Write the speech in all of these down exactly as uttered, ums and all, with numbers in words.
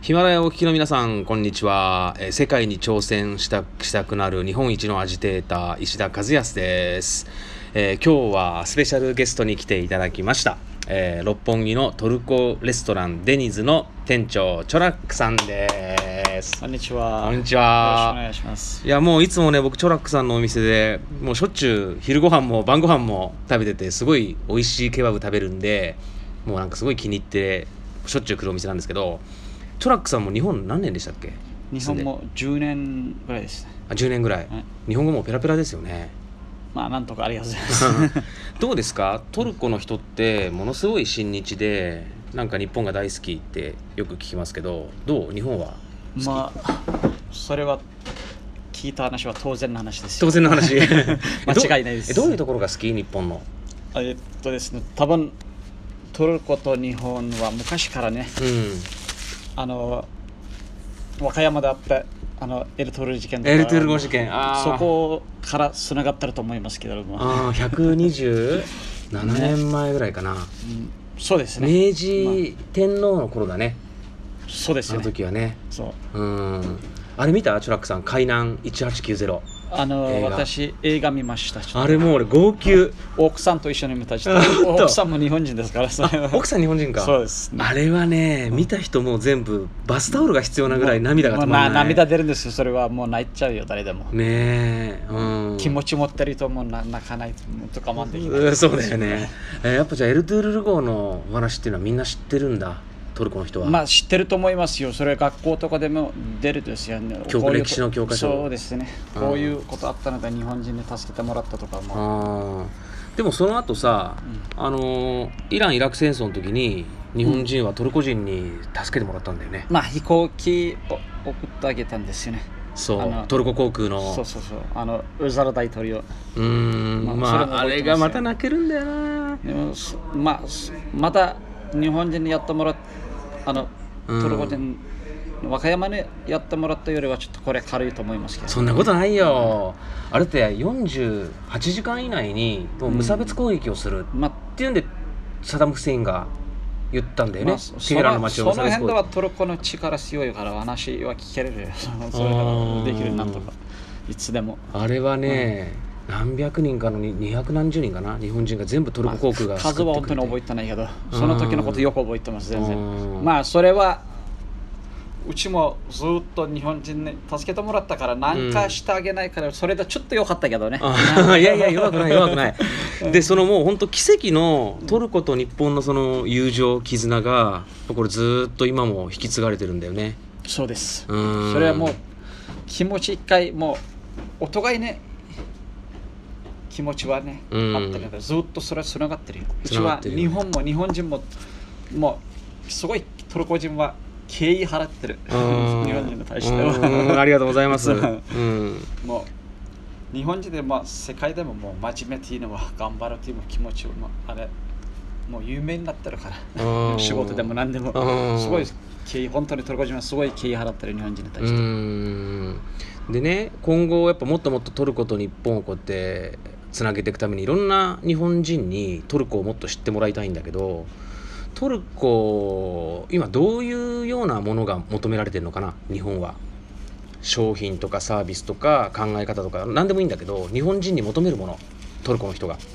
ヒマラヤをお聞きの皆さん、こんにちは。えー世界に挑戦したしたくなる日本一のアジテーター、石田和康です。えー今日はスペシャルゲストに来ていただきました。えー六本木のトルコレストランデニズの店長チョラックさんです。 こんにちは。 こんにちは。 よろしくお願いします。 いやもういつもね、僕チョラックさんのお店でもうしょっちゅう昼ご飯も晩ご飯も食べてて、すごい美味しいケバブ食べるんで、もうなんかすごい気に入ってしょっちゅう来るお店なんですけど、チョラックさんも日本何年でしたっけ？ 日本もじゅうねんぐらいですね。 あ、じゅうねんぐらい、 はい、 日本語もペラペラですよね。 まあなんとかありがとうございますどうですか？トルコの人ってものすごい親日で、なんか日本が大好きってよく聞きますけど、どう？日本は好き？ まあそれは聞いた話は当然の話ですよ。 当然の話間違いないです。 えどういうところが好き？日本の。 えっとですね、多分トルコと日本は昔からね、 うん、 あの和歌山であったあのエルトゥール事件とか、 エルトゥール号事件、あそこからつながってると思いますけれども、 あひゃくにじゅうななねんまえぐらいかな、 うん、そうですね。 明治天皇の頃だね、 まあ、そうですよね。 あの時はね。 そううんあれ見た？チョラックさん、海南いちはちきゅうゼロ。 あの映画私映画見ました。 あれもう俺号泣。 奥さんと一緒に見たし、 あ奥さんも日本人ですから。それは奥さん日本人か。 そうですね。 あれはね、見た人も全部バスタオルが必要なぐらい涙が止まらない。 もうな涙出るんですよ。それはもう泣いちゃうよ、誰でも。 ねえ、うん、 気持ち持ってる人もな泣かないとかまんできない。 うんそうだよね。えーやっぱじゃあエルトゥールル号のお話っていうのはみんな知ってるんだ、トルコの人は。 まあ知ってると思いますよ。それ学校とかでも出るですよね。 教こういう歴史の教科書。 そうですね。こういうことあったので日本人に助けてもらったとかも。 あーでもその後さ、あのーイラン・イラク戦争の時に日本人はトルコ人に助けてもらったんだよね。 まあ飛行機を送ってあげたんですよね。 そうあのトルコ航空の。 そうそうそう。あのウザラ大統領。 うーんまあ、 まあそれもあれ覚えてますよがまた泣けるんだよな。 でもそまあそまた日本人にやってもらっあのうんトルコ人、和歌山にやってもらったよりはちょっとこれ軽いと思いますけど。 そんなことないよ。あれってよんじゅうはちじかん以内にもう無差別攻撃をするまあっていうんで、サダム・フセインが言ったんだよね、 まあ、そテヘランの街を無その辺で差別攻撃。 はトルコの力強いから話は聞けれるよ。それができるなんとかいつでも。 あれはね、何百人かのににひゃくなんじゅうにんかな、日本人が全部トルコ航空がまあ数は本当に覚えてないけど、その時のことよく覚えてます全う然。 んまあそれはうちもずっと日本人に助けてもらったから何かしてあげないから、それでちょっと良かったけどね。 あいやいや弱くない弱くないで、そのもう本当奇跡のトルコと日本のその友情絆がこれずっと今も引き継がれてるんだよね。 そうです。 うんそれはもう気持ち一回もうお互いね気持ちはね、 うんあったけどずっとそれはつながってるよ。うちは繋がってるよ日本も日本人ももうすごいトルコ人は敬意払ってる。日うん本人に対してうんは。 ありがとうございます。うそうんもう日本人でも世界でももう真面目っていうのは頑張るっていう気持ちをもうあれもう有名になってるからうん仕事でも何でもうんすごい敬意、本当にトルコ人はすごい敬意払ってる日本人に対うして。 んでね、今後やっぱもっともっとトルコと日本をこうやってつなげていくためにいろんな日本人にトルコをもっと知ってもらいたいんだけど、トルコ今どういうようなものが求められてるのかな、日本は。商品とかサービスとか考え方とか何でもいいんだけど、日本人に求めるもの、トルコの人が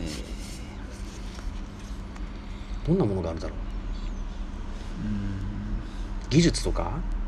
どんなものがあるだろう。技術とか。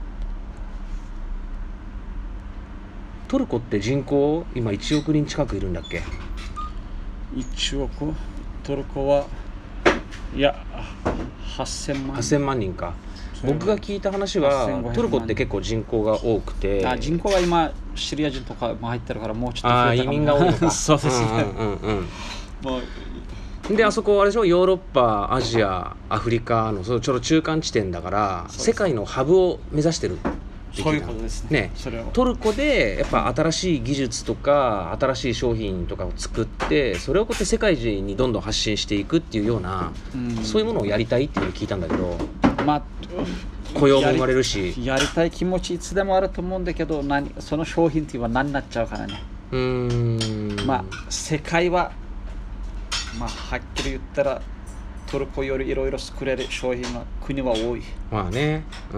トルコって人口今いちおくにん近くいるんだっけ？ いちおくトルコはいやはっせんまん。 はっせんまんにんか。僕が聞いた話ははっせんごひゃくまんトルコって結構人口が多くて、 あ人口は今シリア人とかも入ってるからもうちょっとあー移増えたかも。 民が多いのか。 そうですね。 うんうんうんもううんで、あそこあれでしょ、ヨーロッパ、アジア、アフリカのそのちょうど中間地点だからそうです世界のハブを目指してる。 そういうことですね。 ね、 それはトルコでやっぱ新しい技術とか新しい商品とかを作ってそれをこうやって世界中にどんどん発信していくっていうような、 うんそういうものをやりたいっていうのを聞いたんだけど、 まあ雇用も生まれるし。 やり、やりたい気持ちいつでもあると思うんだけど、何その商品っていうのは何になっちゃうからね。 うーんまあ世界はまあはっきり言ったらトルコよりいろいろ作れる商品の国は多い。 まあね、うん。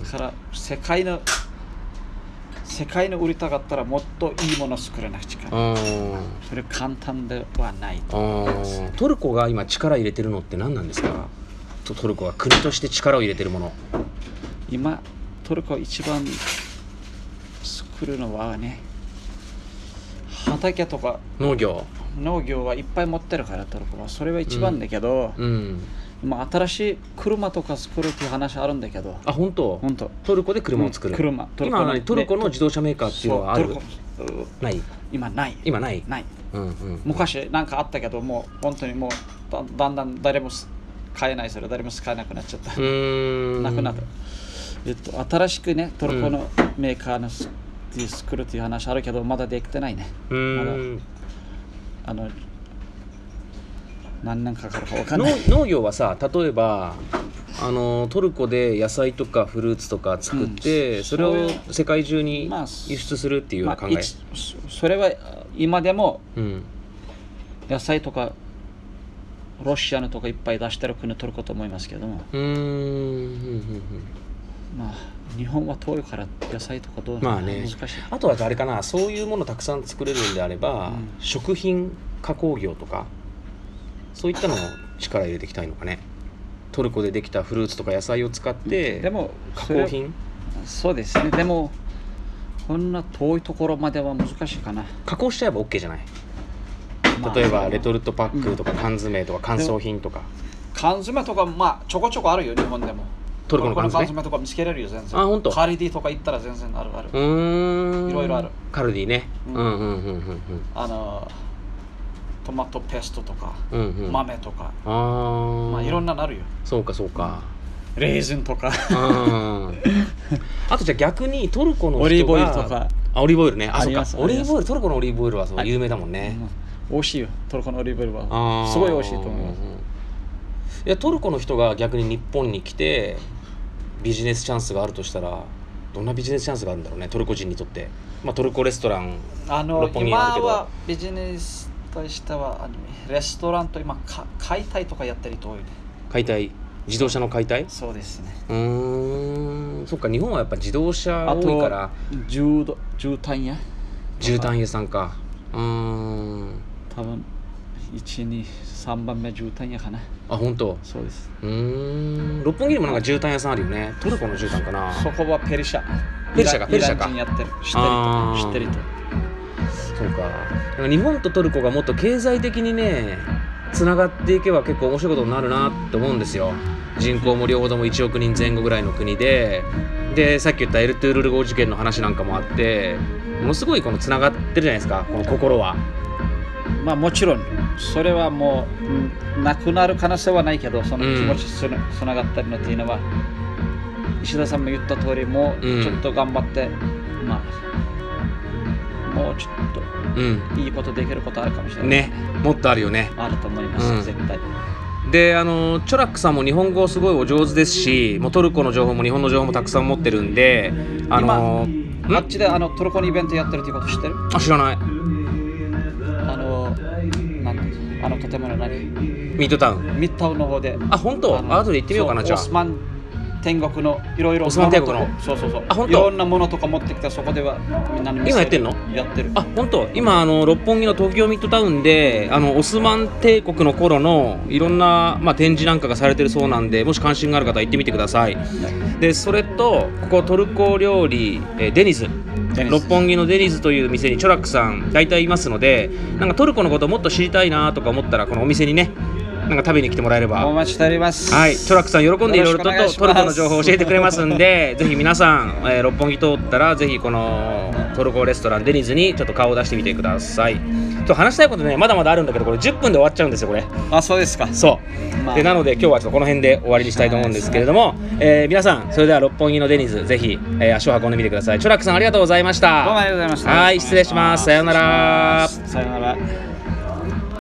だから世界の世界の売りたかったらもっといいものを作らなくちゃいけない。それ簡単ではないと思います。 トルコが今力入れてるのって何なんですか？トルコが国として力を入れてるもの。 今トルコ一番作るのはね、畑とか農業農業はいっぱい持ってるからトルコはそれは一番だけど、 うんうん、 まあ新しい車とか作るっていう話あるんだけど。 あ、本当？本当。トルコで車を作る。 うん、車。 トルコ今トルコの自動車メーカーっていうのはある？ない。 今ない。 今ない。 ない。 うんうん、 昔なんかあったけど、もう本当にもう だ, だんだん誰も買えないそれ誰も使えなくなっちゃった。 うーんなくなった。えっと新しくねトルコのメーカーの作るっていう話あるけどまだできてないね。 うーまんだあの何年かかるか分かんない。 農業はさ、例えばあのトルコで野菜とかフルーツとか作って、うん、それを世界中に輸出するっていうような考え、まあ、 それは今でも、 うん、 野菜とかロシアのとかいっぱい出してる国トルコと思いますけども、 うーん、うんうんうん、 まあ日本は遠いから野菜とかどうなの、 まあね、 難しい。 あとはあれかな、そういうものたくさん作れるんであれば、うん、食品加工業とかそういったのを力入れていきたいのかね。トルコでできたフルーツとか野菜を使ってでも加工品、 そうですね。でもこんな遠いところまでは難しいかな。 加工しちゃえば OK じゃない。例えばレトルトパックとか缶詰とか乾燥品とか、 缶詰とかまあちょこちょこあるよ日本でも。 トルコの缶詰、 缶詰とか見つけれるよ全然。 あ、本当。 カルディとか行ったら全然あるある。 うーん、 いろいろある。 カルディね。 うんうんうんうんうんうん。 あのトマトペーストとか、 うんうん、 豆とか、 あまあいろんなのあるよ。 そうかそうか。 レーズンとか。 あ, あとじゃあ逆にトルコの人がオリーブオイルとか。 あ、オリーブオイルね。あ、そうか。 オリーブオイル、 トルコのオリーブオイルはそう有名だもんね。 うん、美味しいよ。トルコのオリーブオイルはすごい美味しいと思います。 いや、トルコの人が逆に日本に来てビジネスチャンスがあるとしたらどんなビジネスチャンスがあるんだろうね、トルコ人にとって。まあトルコレストランあの今はビジネスとしてはレストランと今か解体とかやってる人多いね。 解体、自動車の解体。 そうですね。 うーん、そっか。日本はやっぱ自動車多いから。 あと絨毯屋絨毯屋さんか。うーん、 多分いち、に、さんばんめ絨毯屋かな。 あ、本当。 そうです。 うーん、六本木にもなんか絨毯屋さんあるよね。トルコの絨毯かな。 そこはペルシャ。 ペルシャか、ペルシャか。 イラン人やってる。知ってる人。知ってる人。 そうか。だから日本とトルコがもっと経済的にねつながっていけば結構面白いことになるなって思うんですよ。人口も両方ともいちおくにんぜん後ぐらいの国で、でさっき言ったエルトゥールル号事件の話なんかもあって、ものすごいこのつながってるじゃないですか、この心は。 まあもちろんそれはもうなくなる可能性はないけど、その気持ちつな、つながってるのっていうのは石田さんも言った通り、もうちょっと頑張って、うん、まあもうちょっといいことできることあるかもしれないね。 ね、もっとあるよね。 あると思います、うん、絶対。 で、あのチョラックさんも日本語すごいお上手ですし、もうトルコの情報も日本の情報もたくさん持ってるんで、あの今あっちであのトルコのイベントやってるっていうこと知ってる？ あ、知らない。 あのなんてあの建物何？ ミッドタウン。 ミッドタウンの方で。 あ、本当？あとで行ってみようかな。じゃあ。 オスマン天国のいろいろ。 オスマン天国の。 そうそうそう。 あ、本当？ いろんなものとか持ってきた、そこではみんなの今やってんの？ やってる。 あ、本当？今あの六本木の東京ミッドタウンであのオスマン帝国の頃のいろんな、まあ、展示なんかがされてるそうなんで、もし関心がある方は行ってみてください。でそれとここトルコ料理えデニズ。六本木のデニズという店にチョラックさん大体いますので、なんかトルコのことをもっと知りたいなとか思ったらこのお店にね、なんか食べに来てもらえれば。 お待ちしております。 はい、チョラックさん喜んでいろいろとトルコの情報を教えてくれますんで、ぜひ皆さん、えー、六本木通ったらぜひこのトルコレストランデニズにちょっと顔を出してみてください。と話したいことねまだまだあるんだけど、これじゅっぷんで終わっちゃうんですよこれ。 あ、そうですか。 そう、まあ、でなので今日はちょっとこの辺で終わりにしたいと思うんですけれども、えー、皆さんそれでは六本木のデニズぜひ、えー、足を運んでみてください。チョラックさんありがとうございました。 どうもありがとうございました。 はい、失礼します。さようなら。 さようなら。